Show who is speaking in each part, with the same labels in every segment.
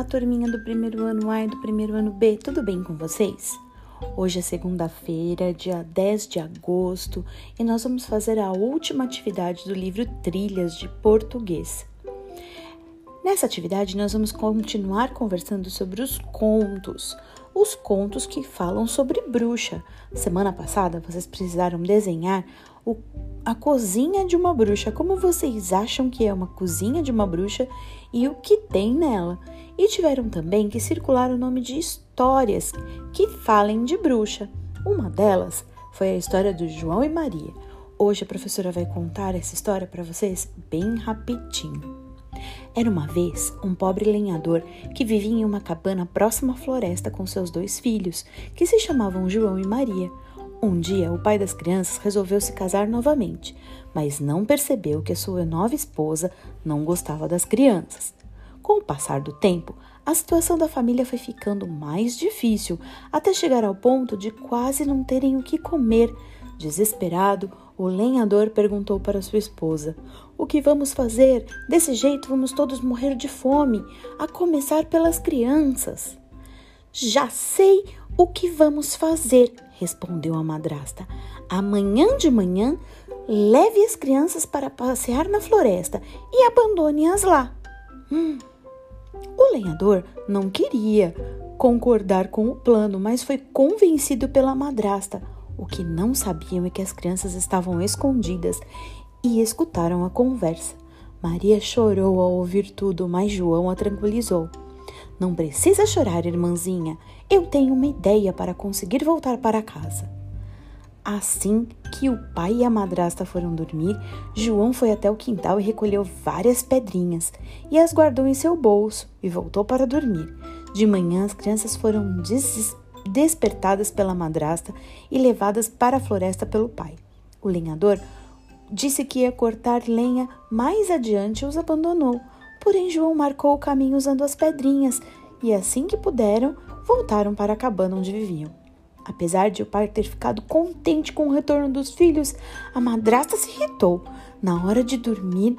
Speaker 1: turminha do primeiro ano A e do primeiro ano B, tudo bem com vocês? Hoje é segunda-feira, dia 10 de agosto, e nós vamos fazer a última atividade do livro Trilhas de Português. Nessa atividade, nós vamos continuar conversando sobre os contos que falam sobre bruxa. Semana passada, vocês precisaram desenhar a cozinha de uma bruxa. Como vocês acham que é uma cozinha de uma bruxa e o que tem nela? E tiveram também que circular o nome de histórias que falem de bruxa. Uma delas foi a história do João e Maria. Hoje a professora vai contar essa história para vocês bem rapidinho. Era uma vez um pobre lenhador que vivia em uma cabana próxima à floresta com seus 2 filhos, que se chamavam João e Maria. Um dia, o pai das crianças resolveu se casar novamente, mas não percebeu que a sua nova esposa não gostava das crianças. Com o passar do tempo, a situação da família foi ficando mais difícil, até chegar ao ponto de quase não terem o que comer. Desesperado, o lenhador perguntou para sua esposa: "O que vamos fazer? Desse jeito vamos todos morrer de fome, a começar pelas crianças." "Já sei o que vamos fazer", respondeu a madrasta. "Amanhã de manhã, leve as crianças para passear na floresta e abandone-as lá." O lenhador não queria concordar com o plano, mas foi convencido pela madrasta. O que não sabiam é que as crianças estavam escondidas e escutaram a conversa. Maria chorou ao ouvir tudo, mas João a tranquilizou. "Não precisa chorar, irmãzinha. Eu tenho uma ideia para conseguir voltar para casa." Assim que o pai e a madrasta foram dormir, João foi até o quintal e recolheu várias pedrinhas e as guardou em seu bolso e voltou para dormir. De manhã, as crianças foram despertadas pela madrasta e levadas para a floresta pelo pai. O lenhador disse que ia cortar lenha mais adiante e os abandonou. Porém, João marcou o caminho usando as pedrinhas e, assim que puderam, voltaram para a cabana onde viviam. Apesar de o pai ter ficado contente com o retorno dos filhos, a madrasta se irritou. Na hora de dormir,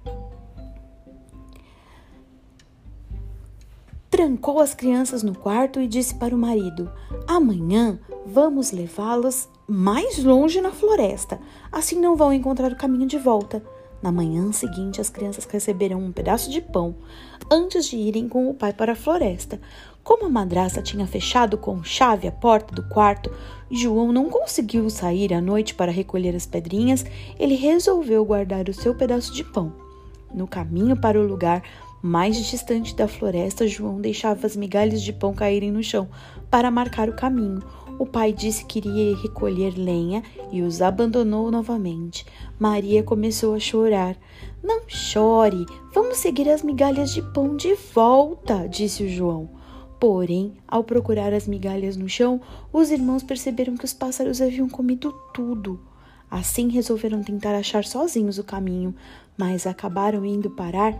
Speaker 1: trancou as crianças no quarto e disse para o marido: "Amanhã vamos levá-las mais longe na floresta, assim não vão encontrar o caminho de volta." Na manhã seguinte, as crianças receberam um pedaço de pão antes de irem com o pai para a floresta. Como a madrasta tinha fechado com chave a porta do quarto, João não conseguiu sair à noite para recolher as pedrinhas. Ele resolveu guardar o seu pedaço de pão. No caminho para o lugar mais distante da floresta, João deixava as migalhas de pão caírem no chão para marcar o caminho. O pai disse que iria recolher lenha e os abandonou novamente. Maria começou a chorar. "Não chore, vamos seguir as migalhas de pão de volta", disse o João. Porém, ao procurar as migalhas no chão, os irmãos perceberam que os pássaros haviam comido tudo. Assim, resolveram tentar achar sozinhos o caminho, mas acabaram indo parar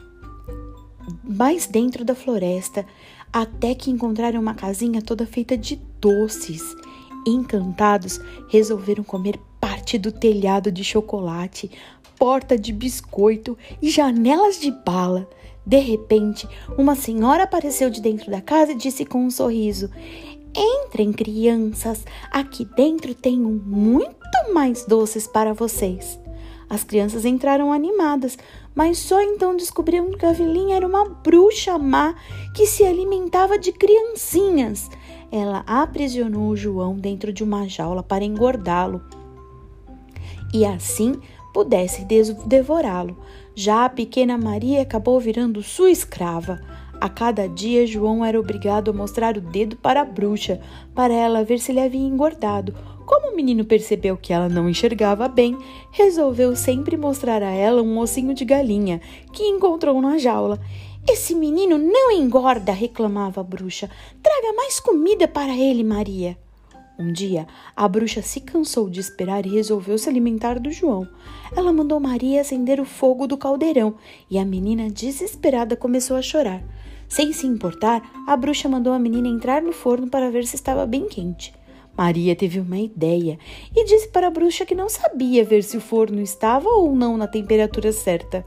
Speaker 1: mais dentro da floresta, até que encontraram uma casinha toda feita de doces. Encantados, resolveram comer parte do telhado de chocolate, porta de biscoito e janelas de bala. De repente, uma senhora apareceu de dentro da casa e disse com um sorriso: "Entrem, crianças, aqui dentro tenho muito mais doces para vocês." As crianças entraram animadas, mas só então descobriram que a velhinha era uma bruxa má que se alimentava de criancinhas. Ela aprisionou João dentro de uma jaula para engordá-lo e assim pudesse devorá-lo. Já a pequena Maria acabou virando sua escrava. A cada dia, João era obrigado a mostrar o dedo para a bruxa, para ela ver se ele havia engordado. Como o menino percebeu que ela não enxergava bem, resolveu sempre mostrar a ela um ossinho de galinha que encontrou na jaula. "Esse menino não engorda", reclamava a bruxa. "Traga mais comida para ele, Maria." Um dia, a bruxa se cansou de esperar e resolveu se alimentar do João. Ela mandou Maria acender o fogo do caldeirão e a menina, desesperada, começou a chorar. Sem se importar, a bruxa mandou a menina entrar no forno para ver se estava bem quente. Maria teve uma ideia e disse para a bruxa que não sabia ver se o forno estava ou não na temperatura certa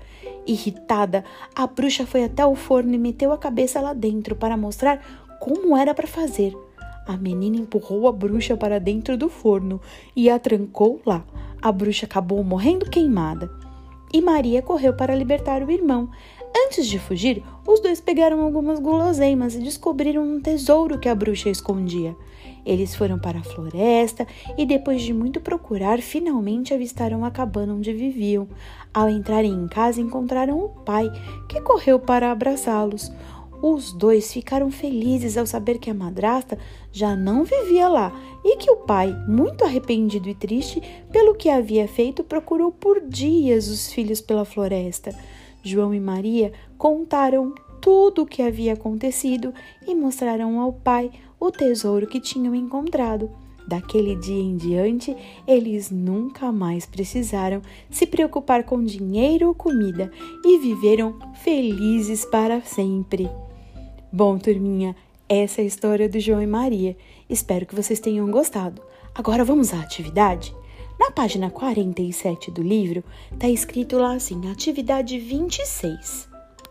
Speaker 1: Irritada, a bruxa foi até o forno e meteu a cabeça lá dentro para mostrar como era para fazer. A menina empurrou a bruxa para dentro do forno e a trancou lá. A bruxa acabou morrendo queimada. E Maria correu para libertar o irmão. Antes de fugir, os dois pegaram algumas guloseimas e descobriram um tesouro que a bruxa escondia. Eles foram para a floresta e, depois de muito procurar, finalmente avistaram a cabana onde viviam. Ao entrarem em casa, encontraram o pai, que correu para abraçá-los. Os dois ficaram felizes ao saber que a madrasta já não vivia lá e que o pai, muito arrependido e triste pelo que havia feito, procurou por dias os filhos pela floresta. João e Maria contaram tudo o que havia acontecido e mostraram ao pai o tesouro que tinham encontrado. Daquele dia em diante, eles nunca mais precisaram se preocupar com dinheiro ou comida e viveram felizes para sempre. Bom, turminha, essa é a história do João e Maria. Espero que vocês tenham gostado. Agora vamos à atividade? Na página 47 do livro, está escrito lá assim, atividade 26.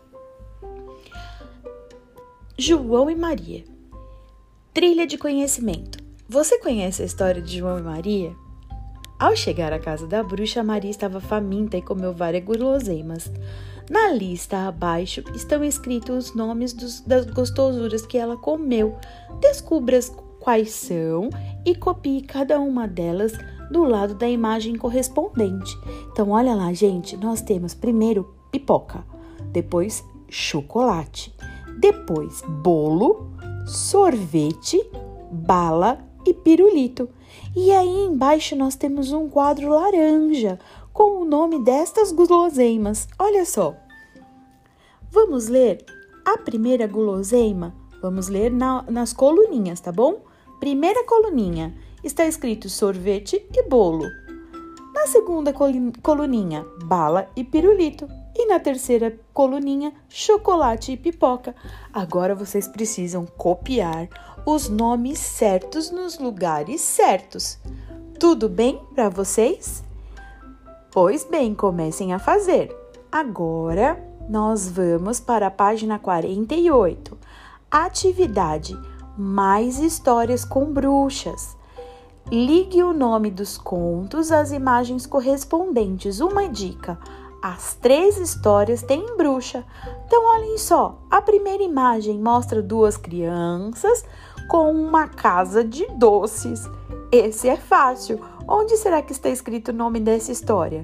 Speaker 1: João e Maria. Trilha de conhecimento. Você conhece a história de João e Maria? Ao chegar à casa da bruxa, Maria estava faminta e comeu várias guloseimas. Na lista abaixo estão escritos os nomes das gostosuras que ela comeu. Descubra quais são e copie cada uma delas do lado da imagem correspondente. Então, olha lá, gente, nós temos primeiro pipoca, depois chocolate, depois bolo, sorvete, bala e pirulito. E aí embaixo nós temos um quadro laranja com o nome destas guloseimas. Olha só. Vamos ler a primeira guloseima? Vamos ler nas coluninhas, tá bom? Primeira coluninha, está escrito sorvete e bolo. Na segunda coluninha, bala e pirulito. E na terceira coluninha, chocolate e pipoca. Agora vocês precisam copiar os nomes certos nos lugares certos. Tudo bem para vocês? Pois bem, comecem a fazer. Agora, nós vamos para a página 48. Atividade: mais histórias com bruxas. Ligue o nome dos contos às imagens correspondentes. Uma dica: as 3 histórias têm bruxa. Então, olhem só. A primeira imagem mostra 2 crianças com uma casa de doces. Esse é fácil. Onde será que está escrito o nome dessa história?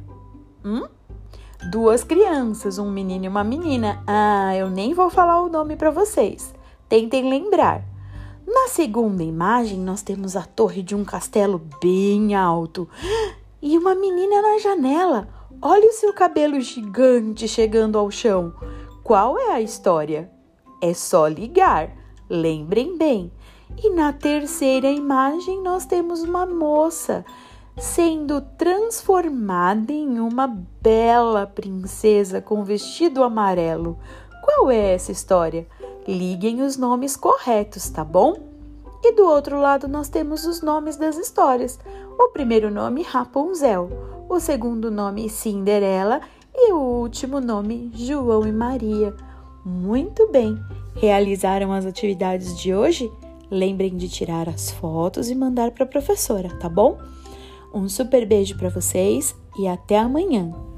Speaker 1: 2 crianças, um menino e uma menina. Eu nem vou falar o nome para vocês. Tentem lembrar. Na segunda imagem, nós temos a torre de um castelo bem alto. E uma menina na janela. Olha o seu cabelo gigante chegando ao chão. Qual é a história? É só ligar. Lembrem bem. E na terceira imagem, nós temos uma moça sendo transformada em uma bela princesa com vestido amarelo. Qual é essa história? Liguem os nomes corretos, tá bom? E do outro lado nós temos os nomes das histórias. O primeiro nome, Rapunzel. O segundo nome, Cinderela. E o último nome, João e Maria. Muito bem! Realizaram as atividades de hoje? Lembrem de tirar as fotos e mandar para a professora, tá bom? Um super beijo para vocês e até amanhã!